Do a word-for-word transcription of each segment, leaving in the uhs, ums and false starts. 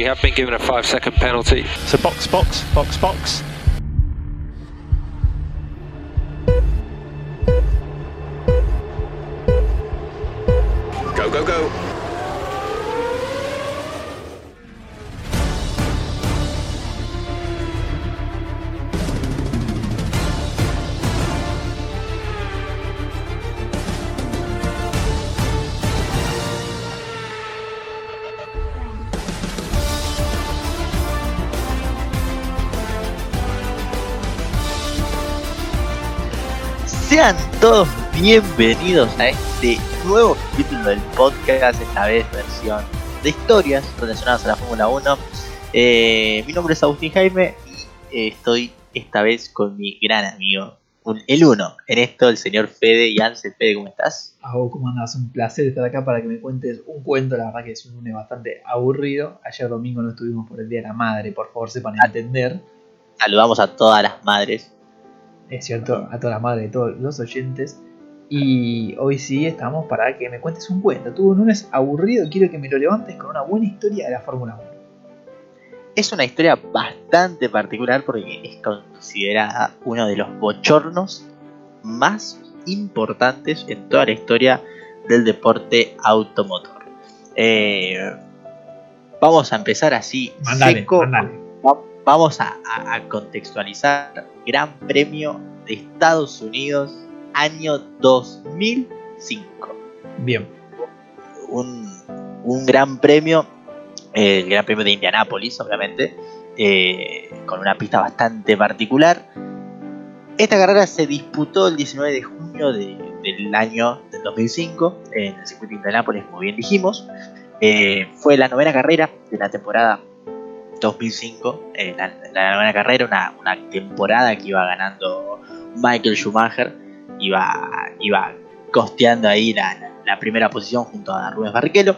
We have been given a five second penalty. So box, box, box, box. Go, go, go. Sean todos bienvenidos a este nuevo capítulo del podcast, esta vez versión de historias relacionadas a la Fórmula uno. Eh, mi nombre es Agustín Jaime y eh, estoy esta vez con mi gran amigo, un, el uno en esto, el señor Fede y Ansel. Fede, ¿cómo estás? Ago, ¿cómo andas? Un placer estar acá para que me cuentes un cuento. La verdad que es un lunes bastante aburrido. Ayer domingo no estuvimos por el Día de la Madre, por favor sepan entender. Saludamos a todas las madres. Es cierto, a toda la madre de todos los oyentes. Y hoy sí estamos para que me cuentes un cuento. Tuve un lunes aburrido, quiero que me lo levantes con una buena historia de la Fórmula uno. Es una historia bastante particular porque es considerada uno de los bochornos más importantes en toda la historia del deporte automotor. Eh, vamos a empezar así. Mandale, seco. mandale. Vamos a, a, a contextualizar. Gran Premio de Estados Unidos, año dos mil cinco. Bien. Un, un gran premio, eh, el Gran Premio de Indianápolis, obviamente, eh, con una pista bastante particular. Esta carrera se disputó el diecinueve de junio de, del año del dos mil cinco en el circuito de Indianápolis, como bien dijimos. Eh, fue la novena carrera de la temporada dos mil cinco, eh, la, la novena carrera, una, una temporada que iba ganando Michael Schumacher, iba, iba costeando ahí la, la, la primera posición junto a Rubens Barrichello.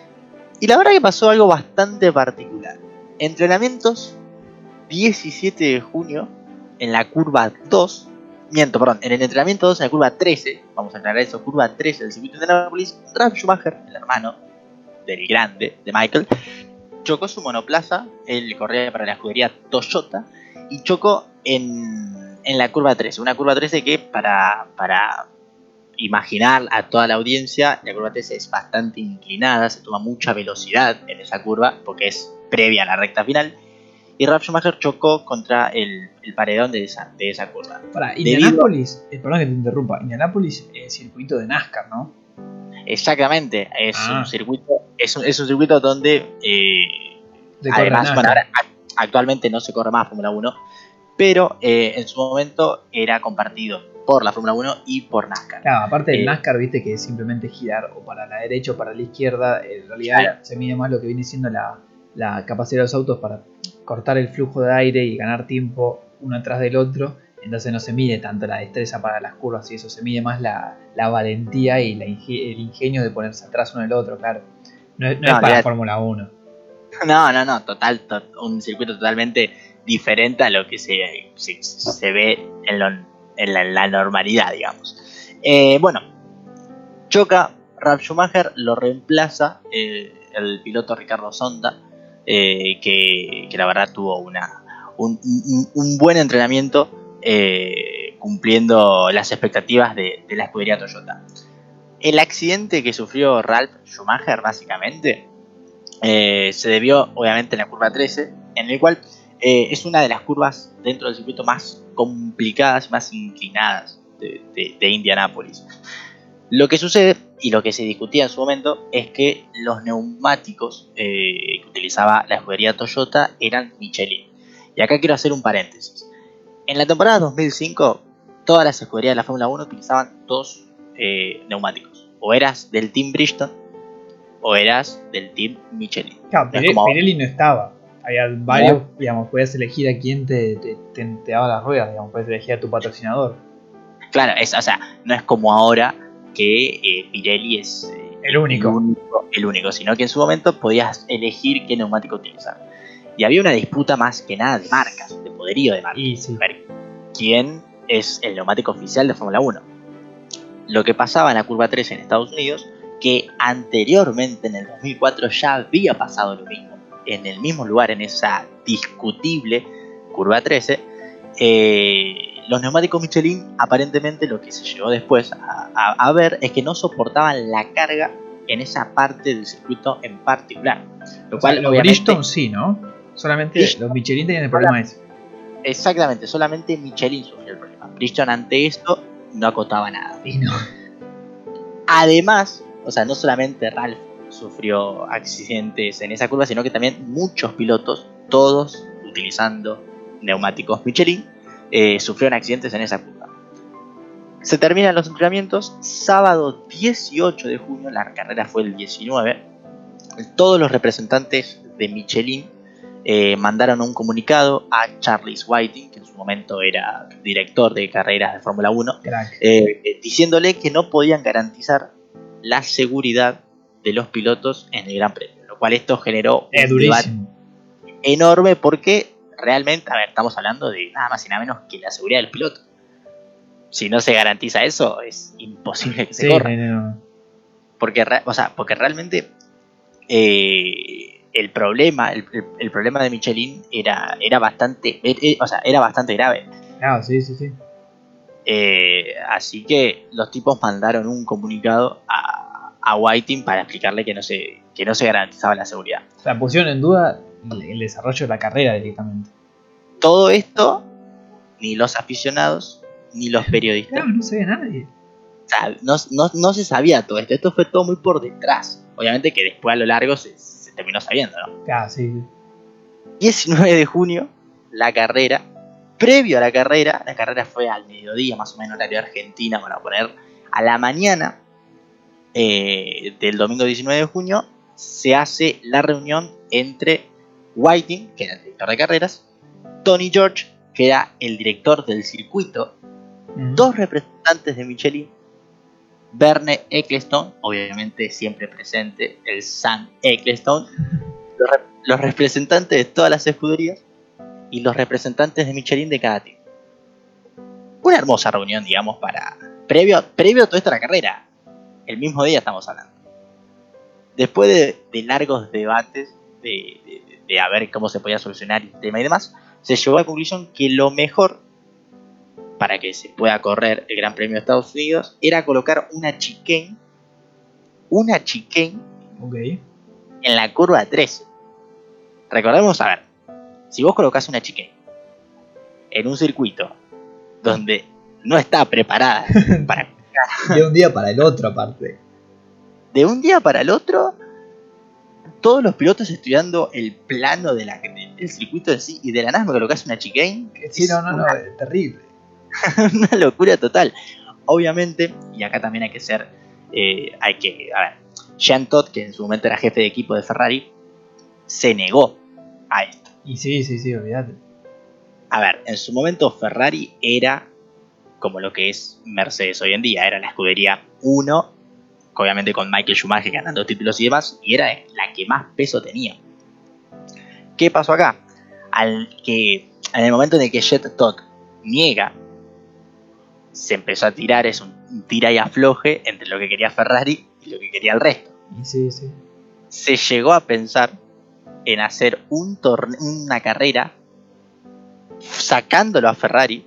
Y la verdad que pasó algo bastante particular. Entrenamientos, diecisiete de junio, en la curva dos, miento, perdón, en el entrenamiento dos, en la curva trece, vamos a aclarar eso, curva trece del circuito de Indianápolis, Ralf Schumacher, el hermano del grande de Michael, chocó su monoplaza. Él corría para la escudería Toyota y chocó en, en la curva trece. Una curva trece que, para, para imaginar a toda la audiencia, la curva trece es bastante inclinada, se toma mucha velocidad en esa curva porque es previa a la recta final. Y Ralf Schumacher chocó contra el, el paredón de esa, de esa curva. Para Indianápolis, eh, perdón que te interrumpa, Indianápolis es circuito de NASCAR, ¿no? Exactamente, es ah. un circuito, es un, es un circuito donde eh, de además, bueno, ahora actualmente no se corre más Fórmula uno, pero eh, en su momento era compartido por la Fórmula uno y por NASCAR. Claro, aparte del eh, NASCAR, viste que es simplemente girar o para la derecha o para la izquierda. En realidad claro. Se mide más lo que viene siendo la, la capacidad de los autos para cortar el flujo de aire y ganar tiempo uno atrás del otro. Entonces no se mide tanto la destreza para las curvas y eso, se mide más la, la valentía y la inge- el ingenio de ponerse atrás uno del otro, claro. No, es- no No, es para ya- Fórmula uno. No, no, no, total, to- un circuito totalmente diferente a lo que se, se, se ve en, lo, en, la, en la normalidad, digamos. Eh, bueno, choca Ralf Schumacher, lo reemplaza eh, el piloto Ricardo Zonta, eh, que, que la verdad tuvo una, un, un, un buen entrenamiento, eh, cumpliendo las expectativas de, de la escudería Toyota. El accidente que sufrió Ralf Schumacher, básicamente, eh, se debió obviamente en la curva trece, en el cual eh, es una de las curvas dentro del circuito más complicadas, más inclinadas de, de, de Indianápolis. Lo que sucede y lo que se discutía en su momento es que los neumáticos eh, que utilizaba la escudería Toyota eran Michelin. Y acá quiero hacer un paréntesis. En la temporada dos mil cinco, todas las escuderías de la Fórmula uno utilizaban dos eh, neumáticos. O eras del Team Bridgestone o eras del Team Michelin. Claro, No Pirelli, como... Pirelli no estaba. Había varios, no. digamos, podías elegir a quién te, te, te, te daba las ruedas, digamos, podías elegir a tu patrocinador. Claro, es, o sea, no es como ahora que eh, Pirelli es eh, el, único. El, único, el único, sino que en su momento podías elegir qué neumático utilizar. Y había una disputa más que nada de marcas, de poderío de marcas. Y sí. Ver quién es el neumático oficial de Fórmula uno. Lo que pasaba en la curva tres en Estados Unidos, que anteriormente en el dos mil cuatro ya había pasado lo mismo en el mismo lugar, en esa discutible curva trece, eh, los neumáticos Michelin, aparentemente lo que se llegó después a, a, a ver es que no soportaban la carga en esa parte del circuito en particular. Lo O cual, sea, los obviamente, Bridgestone sí, ¿no? Solamente Bridgestone- los Michelin tenían el problema ese. exactamente, solamente Michelin sufrió el problema. Bridgestone ante esto no acotaba nada. Y no. Además, o sea, no solamente Ralph sufrió accidentes en esa curva, sino que también muchos pilotos, todos utilizando neumáticos Michelin, eh, sufrieron accidentes en esa curva. Se terminan los entrenamientos, sábado dieciocho de junio, la carrera fue el diecinueve. Todos los representantes de Michelin eh, mandaron un comunicado a Charles Whiting, que en su momento era director de carreras de Fórmula uno, Crack. eh, eh, diciéndole que no podían garantizar la seguridad de los pilotos en el Gran Premio, lo cual esto generó Es un debate durísimo. enorme porque realmente, a ver, estamos hablando de nada más y nada menos que la seguridad del piloto. Si no se garantiza eso, es imposible que se Sí, corra. no, no. Porque, re- o sea, porque realmente eh, el problema, el, el- el problema de Michelin era, era bastante, eh, eh, o sea, era bastante grave. Claro, sí, sí, sí. Eh, así que los tipos mandaron un comunicado a, a Whiting para explicarle que no se, que no se garantizaba la seguridad. O sea, pusieron en duda el, el desarrollo de la carrera directamente. Todo esto, ni los aficionados, ni los periodistas, Claro, no se ve nadie. o sea, no, no, no se sabía todo esto. Esto fue todo muy por detrás. Obviamente que después a lo largo se, se terminó sabiendo, ¿no? Claro, sí, sí. diecinueve de junio, la carrera. Previo a la carrera, la carrera fue al mediodía, más o menos horario de Argentina, para poner a la mañana eh, del domingo diecinueve de junio, se hace la reunión entre Whiting, que era el director de carreras, Tony George, que era el director del circuito, Mm. dos representantes de Michelin, Verne Ecclestone, obviamente siempre presente, el Sam Ecclestone, los, rep- los representantes de todas las escuderías y los representantes de Michelin de cada team. Una hermosa reunión, digamos, para previo, previo a toda esta carrera. El mismo día estamos hablando. Después de, de largos debates de, de, de a ver cómo se podía solucionar el tema y demás, se llegó a la conclusión que lo mejor para que se pueda correr el Gran Premio de Estados Unidos era colocar una chicane, una chicane Ok. en la curva trece. Recordemos, a ver, si vos colocás una chicane en un circuito donde no está preparada para De un día para el otro, aparte. de un día para el otro, todos los pilotos estudiando el plano de la, de- del circuito en sí, y de la nada me colocás una chicane, Sí, no, no, no, es terrible. una locura total. Obviamente, y acá también hay que ser, eh, hay que, a ver, Jean Todt, que en su momento era jefe de equipo de Ferrari, se negó a esto. Y sí, sí, sí, olvídate. A ver, en su momento Ferrari era como lo que es Mercedes hoy en día, era la escudería uno, obviamente con Michael Schumacher ganando títulos y demás, y era la que más peso tenía. ¿Qué pasó acá? Al que, en el momento en el que Jean Todt niega, se empezó a tirar, es un, un tira y afloje entre lo que quería Ferrari y lo que quería el resto. Y sí, sí. Se llegó a pensar en hacer un torne- una carrera sacándolo a Ferrari.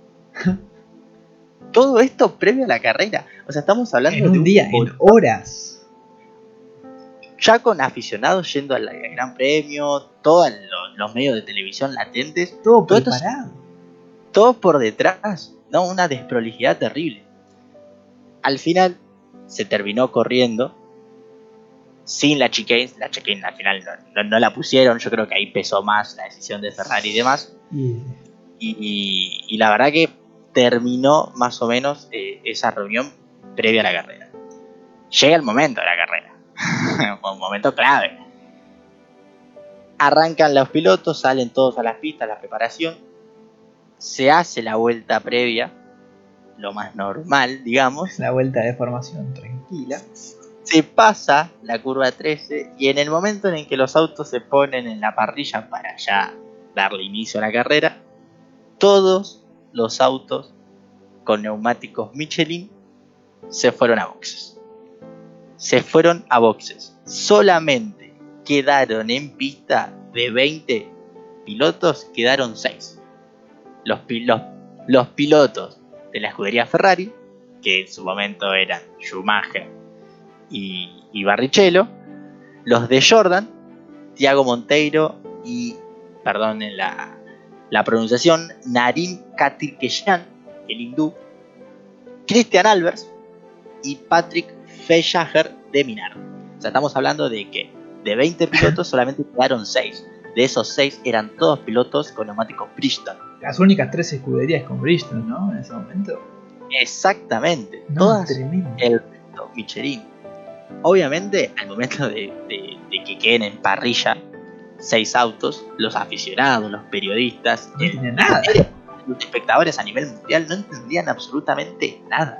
Todo esto previo a la carrera. O sea, estamos hablando En de un día, un en horas. ya con aficionados yendo al, al Gran Premio, todos los, los medios de televisión latentes, Todo todo esto- preparado. todo por detrás, ¿no? Una desprolijidad terrible. Al final se terminó corriendo sin la chicane. La chicane al final no, no- no la pusieron. Yo creo que ahí pesó más la decisión de Ferrari y demás. Y, Y, y- y la verdad que terminó más o menos eh, esa reunión previa a la carrera. Llega el momento de la carrera. Fue un momento clave. Arrancan los pilotos, salen todos a las pistas, la preparación. Se hace la vuelta previa, lo más normal, digamos. la vuelta de formación tranquila. Se pasa la curva trece y en el momento en el que los autos se ponen en la parrilla para ya darle inicio a la carrera, todos los autos con neumáticos Michelin se fueron a boxes. Se fueron a boxes. Solamente quedaron en pista de veinte pilotos, quedaron seis. Los, los, los pilotos de la escudería Ferrari, que en su momento eran Schumacher y, y Barrichello, los de Jordan, Thiago Monteiro y, perdonen la, la pronunciación, Narim Katirkeyan, el hindú, Christian Albers y Patrick Fejager de Minardi. O sea, estamos hablando de que de veinte pilotos solamente quedaron seis. De esos seis eran todos pilotos con neumáticos Bridgestone. Las únicas tres escuderías con Bridgestone, ¿no? En ese momento. Exactamente. No, todas tremendo. el resto Michelin. Obviamente, al momento de, de, de que queden en parrilla seis autos, los aficionados, los periodistas, no tenían nada. Los espectadores a nivel mundial no entendían absolutamente nada.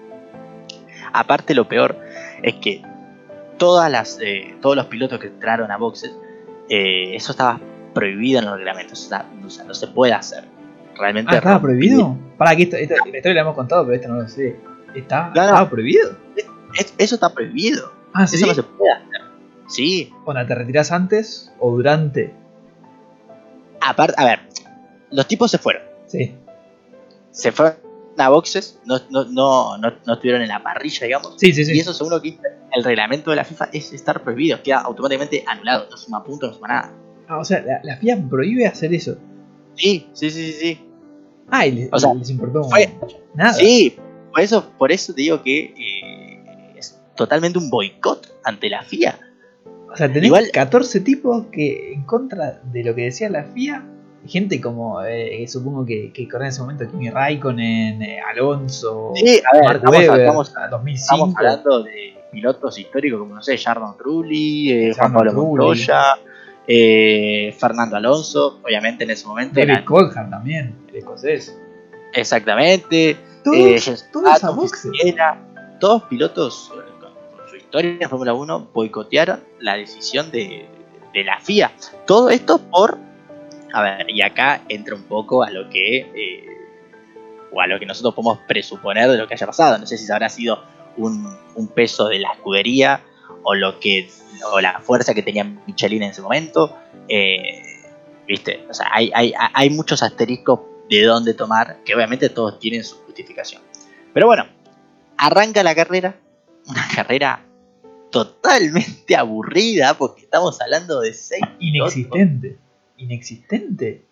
Aparte, lo peor es que todas las, eh, todos los pilotos que entraron a boxes, eh, eso estaba prohibido en los reglamentos. O sea, o sea, no se puede hacer. Realmente ah, ¿estaba rompido. prohibido? Para que esto, esto, la historia la hemos contado, pero esto no lo sé. ¿Está, no, no. ¿Estaba prohibido? Es, eso está prohibido. Ah, ¿sí? Eso no se puede hacer. Sí. Bueno, ¿te retirás antes o durante? Aparte, a ver, los tipos se fueron. Sí. Se fueron a boxes, no, no, no, no, no estuvieron en la parrilla, digamos. Sí, sí, sí. Y eso, según lo que dice el reglamento de la FIFA, es estar prohibido. Queda automáticamente anulado. No suma puntos, no suma nada. Ah, o sea, la, la F I A prohíbe hacer eso. Sí, sí, sí, sí. sí. Ah, y les, o sea, les importó fue, nada. Sí, por eso, por eso te digo que eh, es totalmente un boicot ante la F I A. O sea, tenés Igual, catorce tipos que en contra de lo que decía la F I A, gente como, eh, supongo que, que corría en ese momento Kimi Raikkonen, eh, Alonso, sí, a ver, Mark estamos, Webber, estamos, dos mil cinco. estamos hablando de pilotos históricos como, no sé, Jarno Trulli, eh, Juan Jarno Pablo Trulli. Montoya, eh, Fernando Alonso, obviamente en ese momento. David eran- Coulthard también, el escocés. Exactamente. Todos, eh, Jens todos a Button, boxes. Fisichella, todos pilotos eh, con, con su historia en Fórmula uno boicotearon la decisión de, de la F I A. Todo esto por, a ver, y acá entra un poco a lo que eh, o a lo que nosotros podemos presuponer de lo que haya pasado. No sé si habrá sido un, un peso de la escudería o lo que o la fuerza que tenía Michelin en ese momento. Eh, Viste, o sea, hay, hay, hay muchos asteriscos de dónde tomar, que obviamente todos tienen su justificación. Pero bueno, arranca la carrera, una carrera totalmente aburrida, porque estamos hablando de seis Inexistente. Pilotos. Inexistente.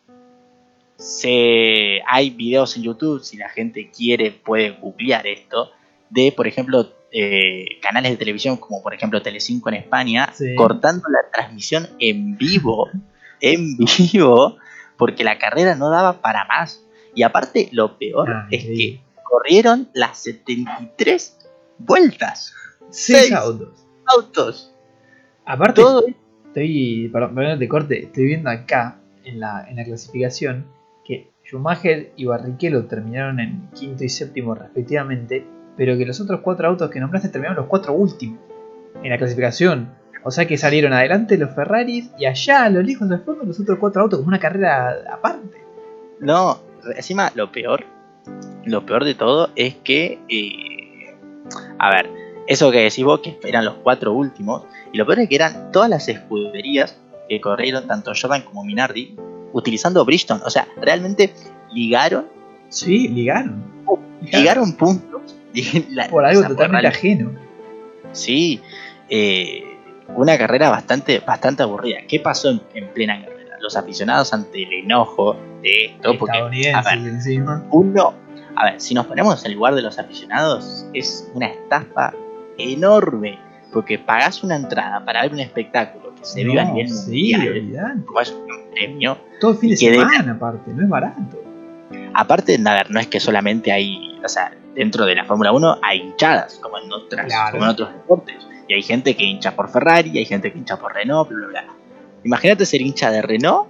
Se, hay videos en YouTube, si la gente quiere puede googlear esto, de por ejemplo eh, canales de televisión como por ejemplo Telecinco en España, sí. cortando la transmisión en vivo, en vivo, porque la carrera no daba para más. Y aparte, lo peor ah, es sí. que corrieron las setenta y tres vueltas. Seis, seis autos. autos. Aparte, todo estoy, perdón, perdón, te corte, estoy viendo acá en la, en la clasificación que Schumacher y Barrichello terminaron en quinto y séptimo respectivamente, pero que los otros cuatro autos que nombraste terminaron los cuatro últimos en la clasificación. O sea que salieron adelante los Ferraris y allá a lo lejos del fondo los otros cuatro autos como una carrera aparte. No, encima lo peor, lo peor de todo es que, eh, a ver, eso que decís vos que eran los cuatro últimos, y lo peor es que eran todas las escuderías que corrieron, tanto Jordan como Minardi, utilizando Bridgestone. O sea, realmente ligaron. Sí, ligaron. Ligaron, ligaron puntos. La, por algo o sea, totalmente por ajeno. Sí, eh, una carrera bastante, bastante aburrida. ¿Qué pasó en, en plena carrera? Los aficionados ante el enojo de esto, porque a ver, encima. uno, a ver, si nos ponemos en el lugar de los aficionados, es una estafa enorme, porque pagás una entrada para ver un espectáculo que se no, viva a nivel sí, mundial, como es un premio, todo el fin de semana, de... aparte, no es barato. Aparte, a ver, no es que solamente hay, o sea, dentro de la Fórmula uno hay hinchadas, como en otras, claro. como en otros deportes. Y hay gente que hincha por Ferrari, hay gente que hincha por Renault, bla, bla, bla. Imagínate ser hincha de Renault,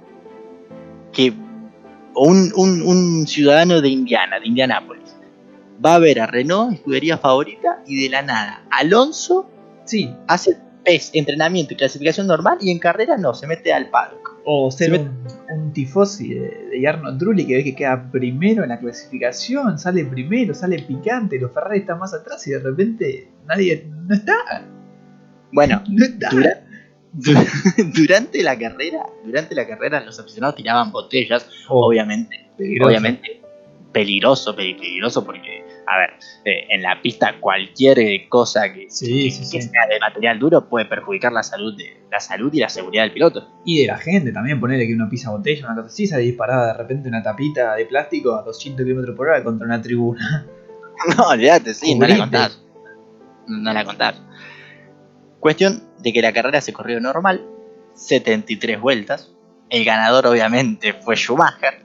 que o un, un, un ciudadano de Indiana, de Indianápolis, va a ver a Renault, escudería favorita, y de la nada, Alonso sí. hace pes, entrenamiento y clasificación normal, y en carrera no, se mete al paddock. O ser un, un tifosi de, de Jarno Trulli que ves que queda primero en la clasificación, sale primero, sale picante, los Ferrari están más atrás y de repente nadie no está. Bueno, no está. Dura, durante la carrera, durante la carrera los aficionados tiraban botellas, Oh, obviamente, peligroso. obviamente peligroso, peli- peligroso porque, a ver, eh, en la pista cualquier eh, cosa que, Sí, que- sí, que sí. sea de material duro puede perjudicar la salud de la salud y la seguridad del piloto. Y de la gente también, ponerle que uno pisa botella, una cosa así, sale disparada de repente una tapita de plástico a doscientos kilómetros por hora contra una tribuna. No, olvídate, sí, no la Cubrite. contás. No la contás. Cuestión de que la carrera se corrió normal, setenta y tres vueltas. El ganador obviamente fue Schumacher.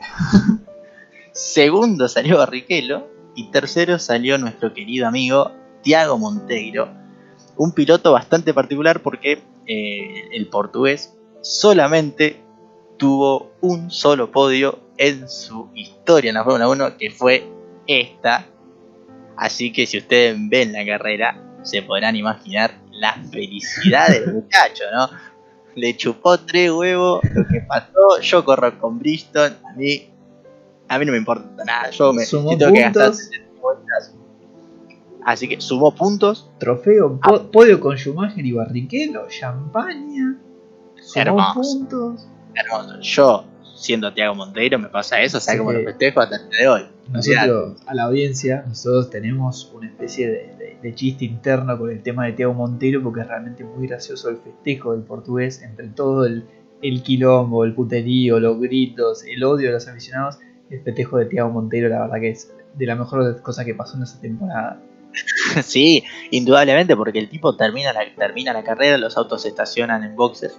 Segundo salió Barrichello y tercero salió nuestro querido amigo Tiago Monteiro, un piloto bastante particular porque eh, el portugués solamente tuvo un solo podio en su historia en la Fórmula uno, que fue esta. Así que si ustedes ven la carrera se podrán imaginar la felicidad del muchacho, ¿no? Le chupó tres huevos lo que pasó. Yo corro con Bridgestone, a mí a mí no me importa nada. Yo me Sumó si tengo que gastar puntos. setenta vueltas. Así que sumó puntos. Trofeo, po- podio con Schumacher y Barrichello, champaña, sumó Hermoso. puntos. Hermoso. Yo, siendo Tiago Monteiro, me pasa eso, ¿sabes Sí. cómo lo festejo hasta el día de hoy? Nosotros, a la audiencia, nosotros tenemos una especie de, de- de chiste interno con el tema de Tiago Monteiro porque es realmente muy gracioso el festejo del portugués entre todo el, el quilombo, el puterío, los gritos, el odio de los aficionados. El festejo de Tiago Monteiro, la verdad que es de la mejor cosa que pasó en esa temporada. Sí, indudablemente, porque el tipo termina la, termina la carrera, los autos se estacionan en boxes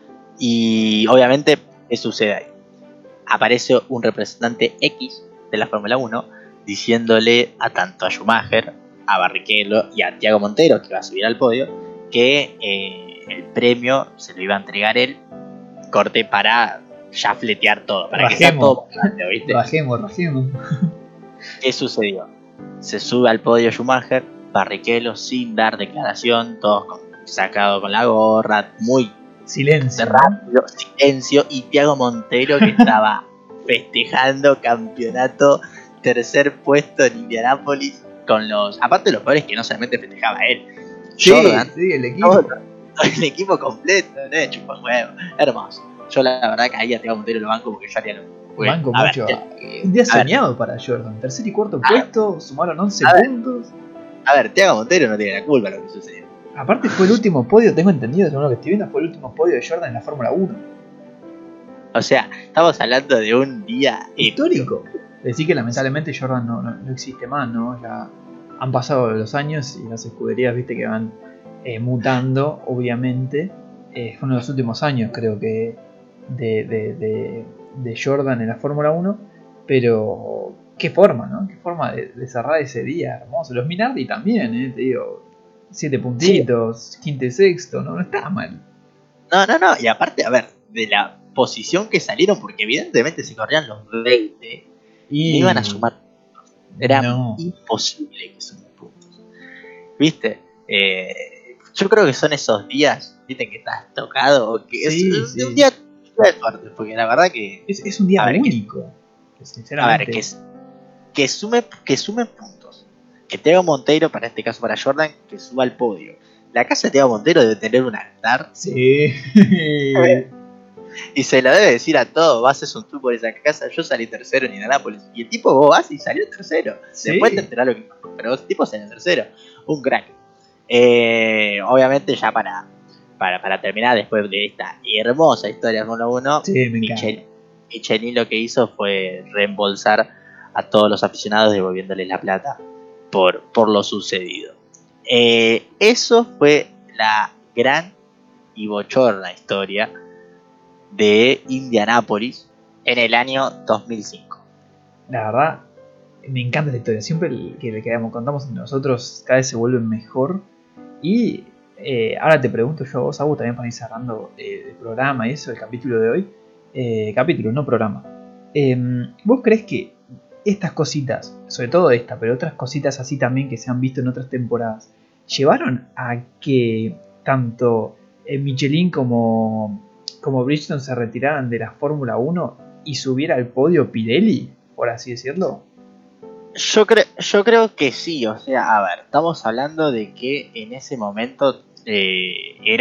y obviamente, ¿qué sucede ahí? Aparece un representante X de la Fórmula uno diciéndole a tanto a Schumacher, a Barrichello y a Tiago Monteiro, que va a subir al podio, que eh, el premio se lo iba a entregar él, corte para ya fletear todo, para que sea Rajemos. todo rápido, ¿viste? Rajemos, rajemos. ¿Qué sucedió? Se sube al podio Schumacher, Barrichello sin dar declaración, todos con, sacado con la gorra, muy Silencio. ¿no? rápido, silencio, y Tiago Monteiro que estaba festejando campeonato, tercer puesto en Indianápolis, con los, aparte los peores que no solamente festejaba él, Sí, Jordan, sí, el equipo. todo, todo el equipo completo, ¿no? Chupó huevo, hermoso. Yo la verdad que ahí a Tiago Monteiro lo banco porque yo haría lo mismo. Porque, Banco a ver, mucho. ya- Un día a ver. soñado para Jordan. Tercer y cuarto A ver. puesto, sumaron once A ver. puntos. A ver, Tiago Monteiro no tiene la culpa de lo que sucedió. Aparte fue el último podio, tengo entendido, según lo que estoy viendo, fue el último podio de Jordan en la Fórmula uno. O sea, estamos hablando de un día Histórico. Decir que lamentablemente Jordan no, no, no existe más, ¿no? Ya han pasado los años y las escuderías, viste, que van eh, mutando, obviamente. Eh, fue uno de los últimos años, creo que, de, de, de, de Jordan en la Fórmula uno. Pero qué forma, ¿no? Qué forma de, de cerrar ese día, hermoso. Los Minardi también, ¿eh? Te digo, siete puntitos, quinto y sexto, ¿no? No está mal. No, no, no. Y aparte, a ver, de la posición que salieron, porque evidentemente se corrían los veinte y Y no iban a sumar puntos. Era no. imposible que sumen puntos. ¿Viste? Eh, yo creo que son esos días, ¿viste? Que estás tocado. O que Sí, es, sí. un día de suerte, porque la verdad que. Es, es un día A ver, único. A Sinceramente. ver, que, que sume que sumen puntos. Que Tiago Monteiro, para este caso para Jordan, que suba al podio. La casa de Tiago Monteiro debe tener un altar. Sí. Y se lo debe decir a todos, vas a hacer un tour por esa casa, yo salí tercero en Indianápolis. Y el tipo, vos vas y salió tercero. Sí. Después te enterás lo que pasó, pero el tipo salió tercero. Un crack. Eh, obviamente ya para, para, para terminar, después de esta hermosa historia de Fórmula uno, Sí, me encanta. Michel, Michelin lo que hizo fue reembolsar a todos los aficionados devolviéndoles la plata por, por lo sucedido. Eh, eso fue la gran y bochorna historia de Indianápolis en el año dos mil cinco. La verdad, me encanta la historia. Siempre el que le quedamos, contamos entre nosotros, cada vez se vuelve mejor. Y eh, ahora te pregunto yo a vos, Agus, también para ir cerrando eh, el programa y eso, el capítulo de hoy. Eh, capítulo, no programa. Eh, ¿Vos crees que estas cositas, sobre todo esta, pero otras cositas así también que se han visto en otras temporadas, llevaron a que tanto eh, Michelin como, como Bridgestone se retiraran de la Fórmula uno y subiera al podio Pirelli, por así decirlo? Yo, cre yo creo que sí, o sea, a ver, estamos hablando de que en ese momento eh, eran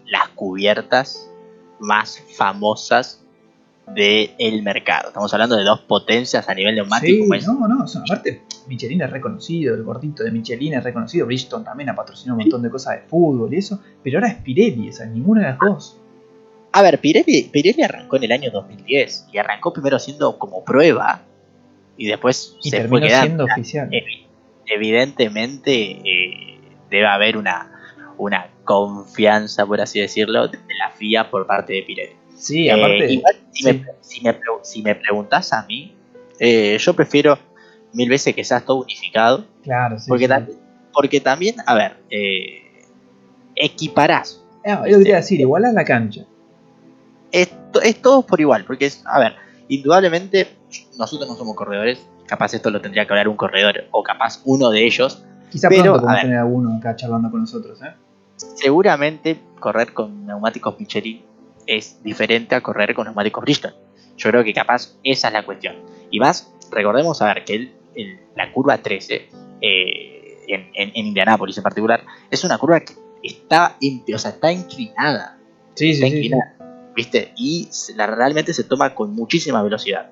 las cubiertas más famosas del mercado. Estamos hablando de dos potencias a nivel neumático. Sí, como es- no, no, o sea, aparte Michelin es reconocido, el gordito de Michelin es reconocido, Bridgestone también ha patrocinado un montón de cosas de fútbol y eso, pero ahora es Pirelli, o sea, ninguna de las dos. A ver, Pirelli, Pirelli arrancó en el año dos mil diez y arrancó primero siendo como prueba y después Y se fue terminó quedando. siendo oficial. Evi- Evidentemente eh, debe haber una, una confianza, por así decirlo, de la F I A por parte de Pirelli. Sí, Eh, aparte. igual, si, sí. me, si, me, pre- si me preguntás a mí, eh, yo prefiero mil veces que sea todo unificado, Claro, sí. porque, sí. también, porque también, a ver, eh, equiparás. Ah, yo quería decir, igual a la cancha. Es, to- es todo por igual, porque es, a ver, indudablemente nosotros no somos corredores, capaz esto lo tendría que hablar un corredor, o capaz uno de ellos, Quizá pero, pronto a podemos ver, tener alguno acá charlando con nosotros, ¿eh? seguramente correr con neumáticos Michelin es diferente a correr con neumáticos Bridgestone. Yo creo que capaz esa es la cuestión. Y más, recordemos a ver que el, el- la curva trece, eh, en, en, en Indianápolis en particular, es una curva que está, in- o sea, está inclinada. Sí, Está sí, sí. inclinada, ¿viste? Y se- la, realmente se toma con muchísima velocidad.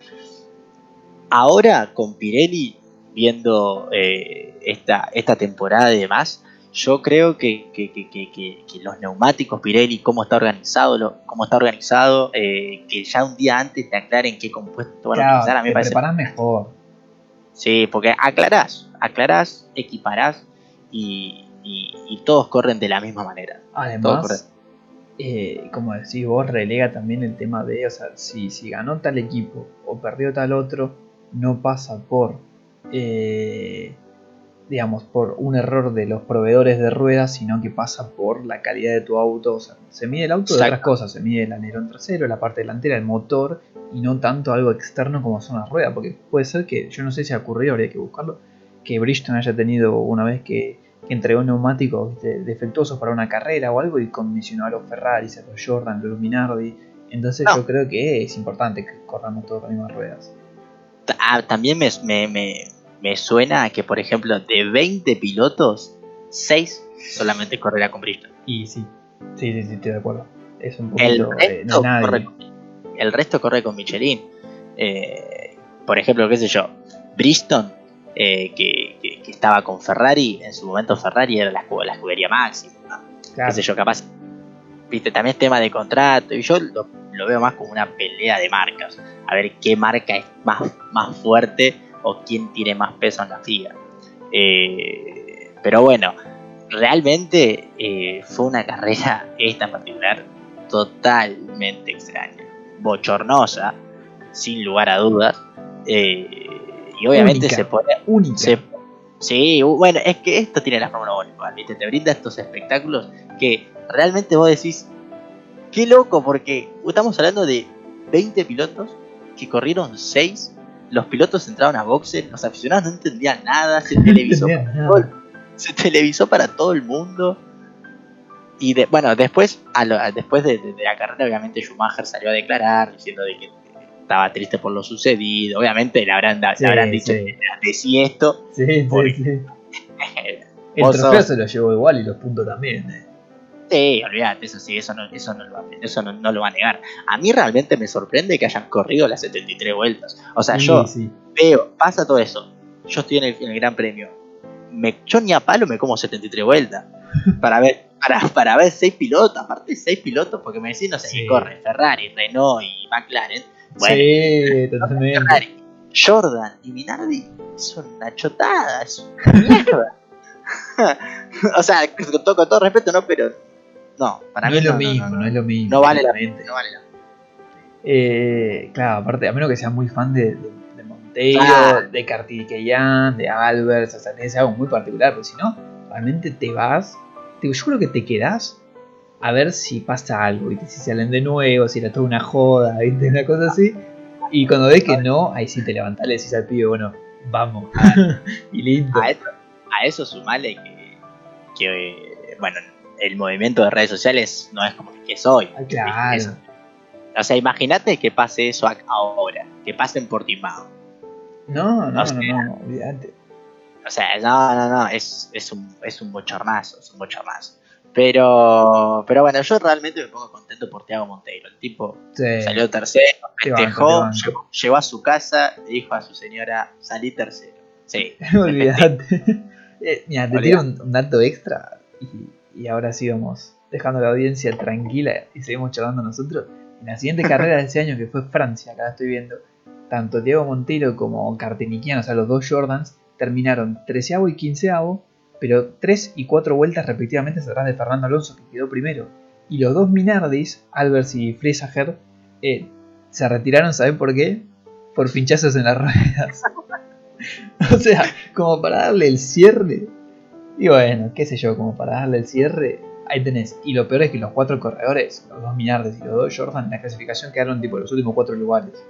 Ahora con Pirelli, viendo eh, esta, esta temporada y demás, yo creo que, que, que, que, que- que los neumáticos Pirelli, cómo está organizado, lo, cómo está organizado, eh, que ya un día antes te aclaren qué compuesto van a Claro, utilizar, a mí te me parece. preparás mejor. Sí, porque aclarás, aclarás, equiparás y, y, y todos corren de la misma manera. Todos corren. Además, eh, como decís vos, relega también el tema de, o sea, si, si ganó tal equipo o perdió tal otro, no pasa por, eh, digamos, por un error de los proveedores de ruedas, sino que pasa por la calidad de tu auto. O sea, se mide el auto de Exacto. otras cosas, se mide el alerón trasero, la parte delantera, el motor, y no tanto algo externo como son las ruedas, porque puede ser que, yo no sé si ha ocurrido, habría que buscarlo, que Bridgestone haya tenido una vez que, que entregó neumáticos, ¿viste?, defectuosos para una carrera o algo y condicionó a los Ferrari, a los Jordan, a los Minardi. Entonces No. yo creo que es importante que corramos todos con las mismas ruedas. Ah, también me, me, me, me suena a que, por ejemplo, de veinte pilotos, seis solamente correrá con Bridgestone. Y sí, sí, sí, sí, estoy de acuerdo. Es un El poquito, eh, no resto, es nadie. corre, el resto corre con Michelin. Eh, por ejemplo, qué sé yo, Bridgestone, eh, que, que, que estaba con Ferrari, en su momento Ferrari era la, escu- la escudería máxima, ¿no? Claro. Qué sé yo, capaz, viste, también es tema de contrato, y yo lo, lo veo más como una pelea de marcas, a ver qué marca es más, más fuerte o quién tiene más peso en la F I A. Eh, pero bueno, realmente eh, fue una carrera, esta en particular, totalmente extraña, bochornosa, sin lugar a dudas, eh, y obviamente Única. se pone... Única. Se, sí, bueno, es que esto tiene la Fórmula uno, igual, ¿viste? Te brinda estos espectáculos que realmente vos decís, qué loco, porque estamos hablando de veinte pilotos que corrieron seis, los pilotos entraron a boxes, los aficionados no entendían nada, se televisó, entendían para, nada. todo el, se televisó para todo el mundo. Y de, bueno, después a lo, a- después de, de- de la carrera, obviamente Schumacher salió a declarar diciendo de que estaba triste por lo sucedido. Obviamente le habrán, da- Sí, le habrán dicho sí. que decí esto. Sí, sí, Porque- sí. El Vos trofeo sos- se lo llevó igual y los puntos también. eh. Sí, olvídate, eso sí, eso no, eso no, lo, va, eso no, no lo va a negar. A mí realmente me sorprende que hayan corrido las setenta y tres vueltas. O sea, Sí, yo sí. veo, pasa todo eso. Yo estoy en el, en el Gran Premio. Me, yo ni a palo me como setenta y tres vueltas. Para ver, para, para ver seis pilotos, aparte seis pilotos, porque me decís, no sé, Sí. que corre Ferrari, Renault y McLaren. Bueno, Sí, totalmente. Ferrari, Jordan y Minardi son una chotada, es una mierda. O sea, con todo, con todo respeto, no, pero no, para No mí es lo no, no, mismo, no, no es lo mismo. no vale la obviamente. pena, no vale la pena. Eh, claro, aparte, a menos que seas muy fan de, de, de Monteiro, Claro. de Kartikeyan, de Albers, o sea, tenés algo muy particular, pero si no, realmente te vas, digo, yo creo que te quedás a ver si pasa algo, ¿viste? Si salen de nuevo, si era toda una joda, ¿viste? Una cosa así, y cuando ves que no, ahí sí te levantás, le decís al pibe, bueno, vamos, y lindo. A eso, a eso sumale que, que eh, bueno, el movimiento de redes sociales no es como el que es hoy. Ah, claro. Eso. O sea, imagínate que pase eso a- ahora, que pase en Portimao. No, no, No no, sé. no, no, olvídate. O sea, no, no, no, es, es, un, es un bochornazo, es un bochornazo. Pero, pero bueno, yo realmente me pongo contento por Thiago Monteiro. El tipo Sí. salió tercero, Te banco, festejó, te banco. llegó, llegó a su casa, le dijo a su señora, salí tercero. Sí, Olvídate. Eh, Mira, te Olvidate. tiro un, un dato extra y, y ahora sí vamos dejando a la audiencia tranquila y seguimos charlando nosotros. En la siguiente carrera de ese año, que fue Francia, acá la estoy viendo, tanto Thiago Monteiro como Carteniquian, o sea, los dos Jordans, terminaron treceavo y quinceavo, pero tres y cuatro vueltas respectivamente atrás de Fernando Alonso, que quedó primero. Y los dos Minardis, Albers y Friesager, eh, se retiraron, ¿saben por qué? Por pinchazos en las ruedas. O sea, como para darle el cierre. Y bueno, qué sé yo, como para darle el cierre, ahí tenés. Y lo peor es que los cuatro corredores, los dos Minardes y los dos Jordan, en la clasificación quedaron tipo en los últimos cuatro lugares.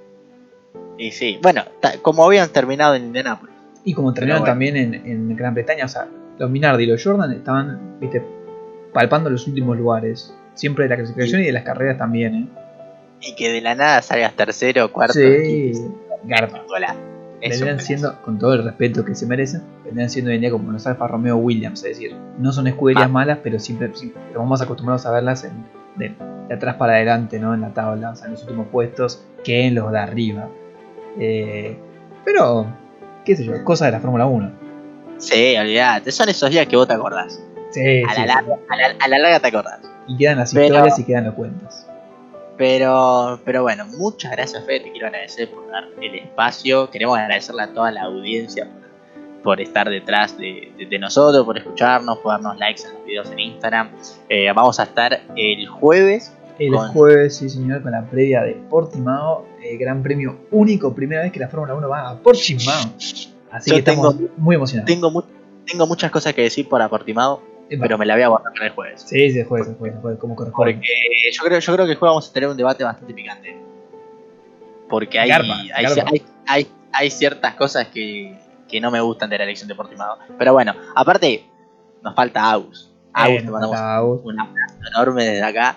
Y sí, bueno, ta- como habían terminado en Indianapolis. Y como terminaron bueno. también en, en Gran Bretaña, o sea, los Minardi y los Jordan estaban, viste, palpando los últimos lugares. Siempre de la clasificación Sí. y de las carreras también, ¿eh? Y que de la nada salgas tercero, cuarto, Sí, quinto. garpa. Hola. Es un Vendrían golazo. siendo, con todo el respeto que se merecen, vendrían siendo hoy en día como los Alfa Romeo Williams, es decir, no son escuderías Ah. malas, pero siempre, siempre estamos más acostumbrados a verlas en, de, de atrás para adelante, ¿no? En la tabla, o sea, en los últimos puestos, que en los de arriba. Eh, pero, qué sé yo, cosas de la Fórmula uno. Sí, olvidate. Son esos días que vos te acordás. Sí, A sí, la larga, a la, a la larga te acordás. y quedan las Pero- historias y quedan los cuentos. Pero, pero bueno, muchas gracias, Fede. Te quiero agradecer por dar el espacio. Queremos agradecerle a toda la audiencia por, por estar detrás de, de- de nosotros, por escucharnos, por darnos likes en los videos en Instagram. Eh, vamos a estar el jueves. El con- jueves, sí señor, con la previa de Portimao, eh, gran premio único, primera vez que la Fórmula uno va a Portimao. Así Yo que estamos tengo- muy emocionados. Tengo, mu- tengo muchas cosas que decir por Aportimado, Epa. pero me la voy a guardar para el jueves. Sí, se juega, se juega, se juega como corresponde. Porque yo creo, yo creo que el jueves vamos a tener un debate bastante picante. Porque hay, Garpa, hay, garpa. hay, hay- hay ciertas cosas que, que no me gustan de la elección de Portimao. Pero bueno, aparte, nos falta Agus. Agus, Eh, te nos mandamos falta Agus. un abrazo enorme desde acá.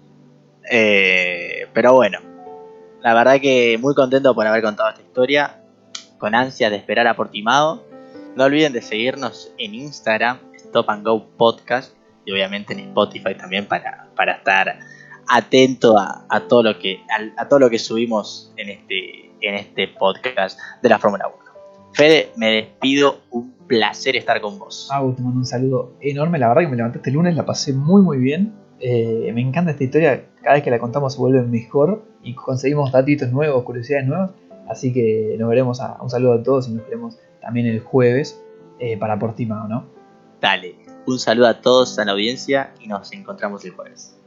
Eh, pero bueno, la verdad que muy contento por haber contado esta historia. Con ansia de esperar a Portimao. No olviden de seguirnos en Instagram, Stop and Go Podcast, y obviamente en Spotify también para, para estar atento a, a todo lo que a, a todo lo que subimos en este en este podcast de la Fórmula uno. Fede, me despido, un placer estar con vos. Agus, te mando un saludo enorme. La verdad que me levantaste el lunes, la pasé muy muy bien. Eh, me encanta esta historia. Cada vez que la contamos se vuelve mejor y conseguimos datitos nuevos, curiosidades nuevas. Así que nos veremos. A, un saludo a todos y nos veremos también el jueves eh, para Portimao, ¿no? Dale, un saludo a todos a la audiencia y nos encontramos el jueves.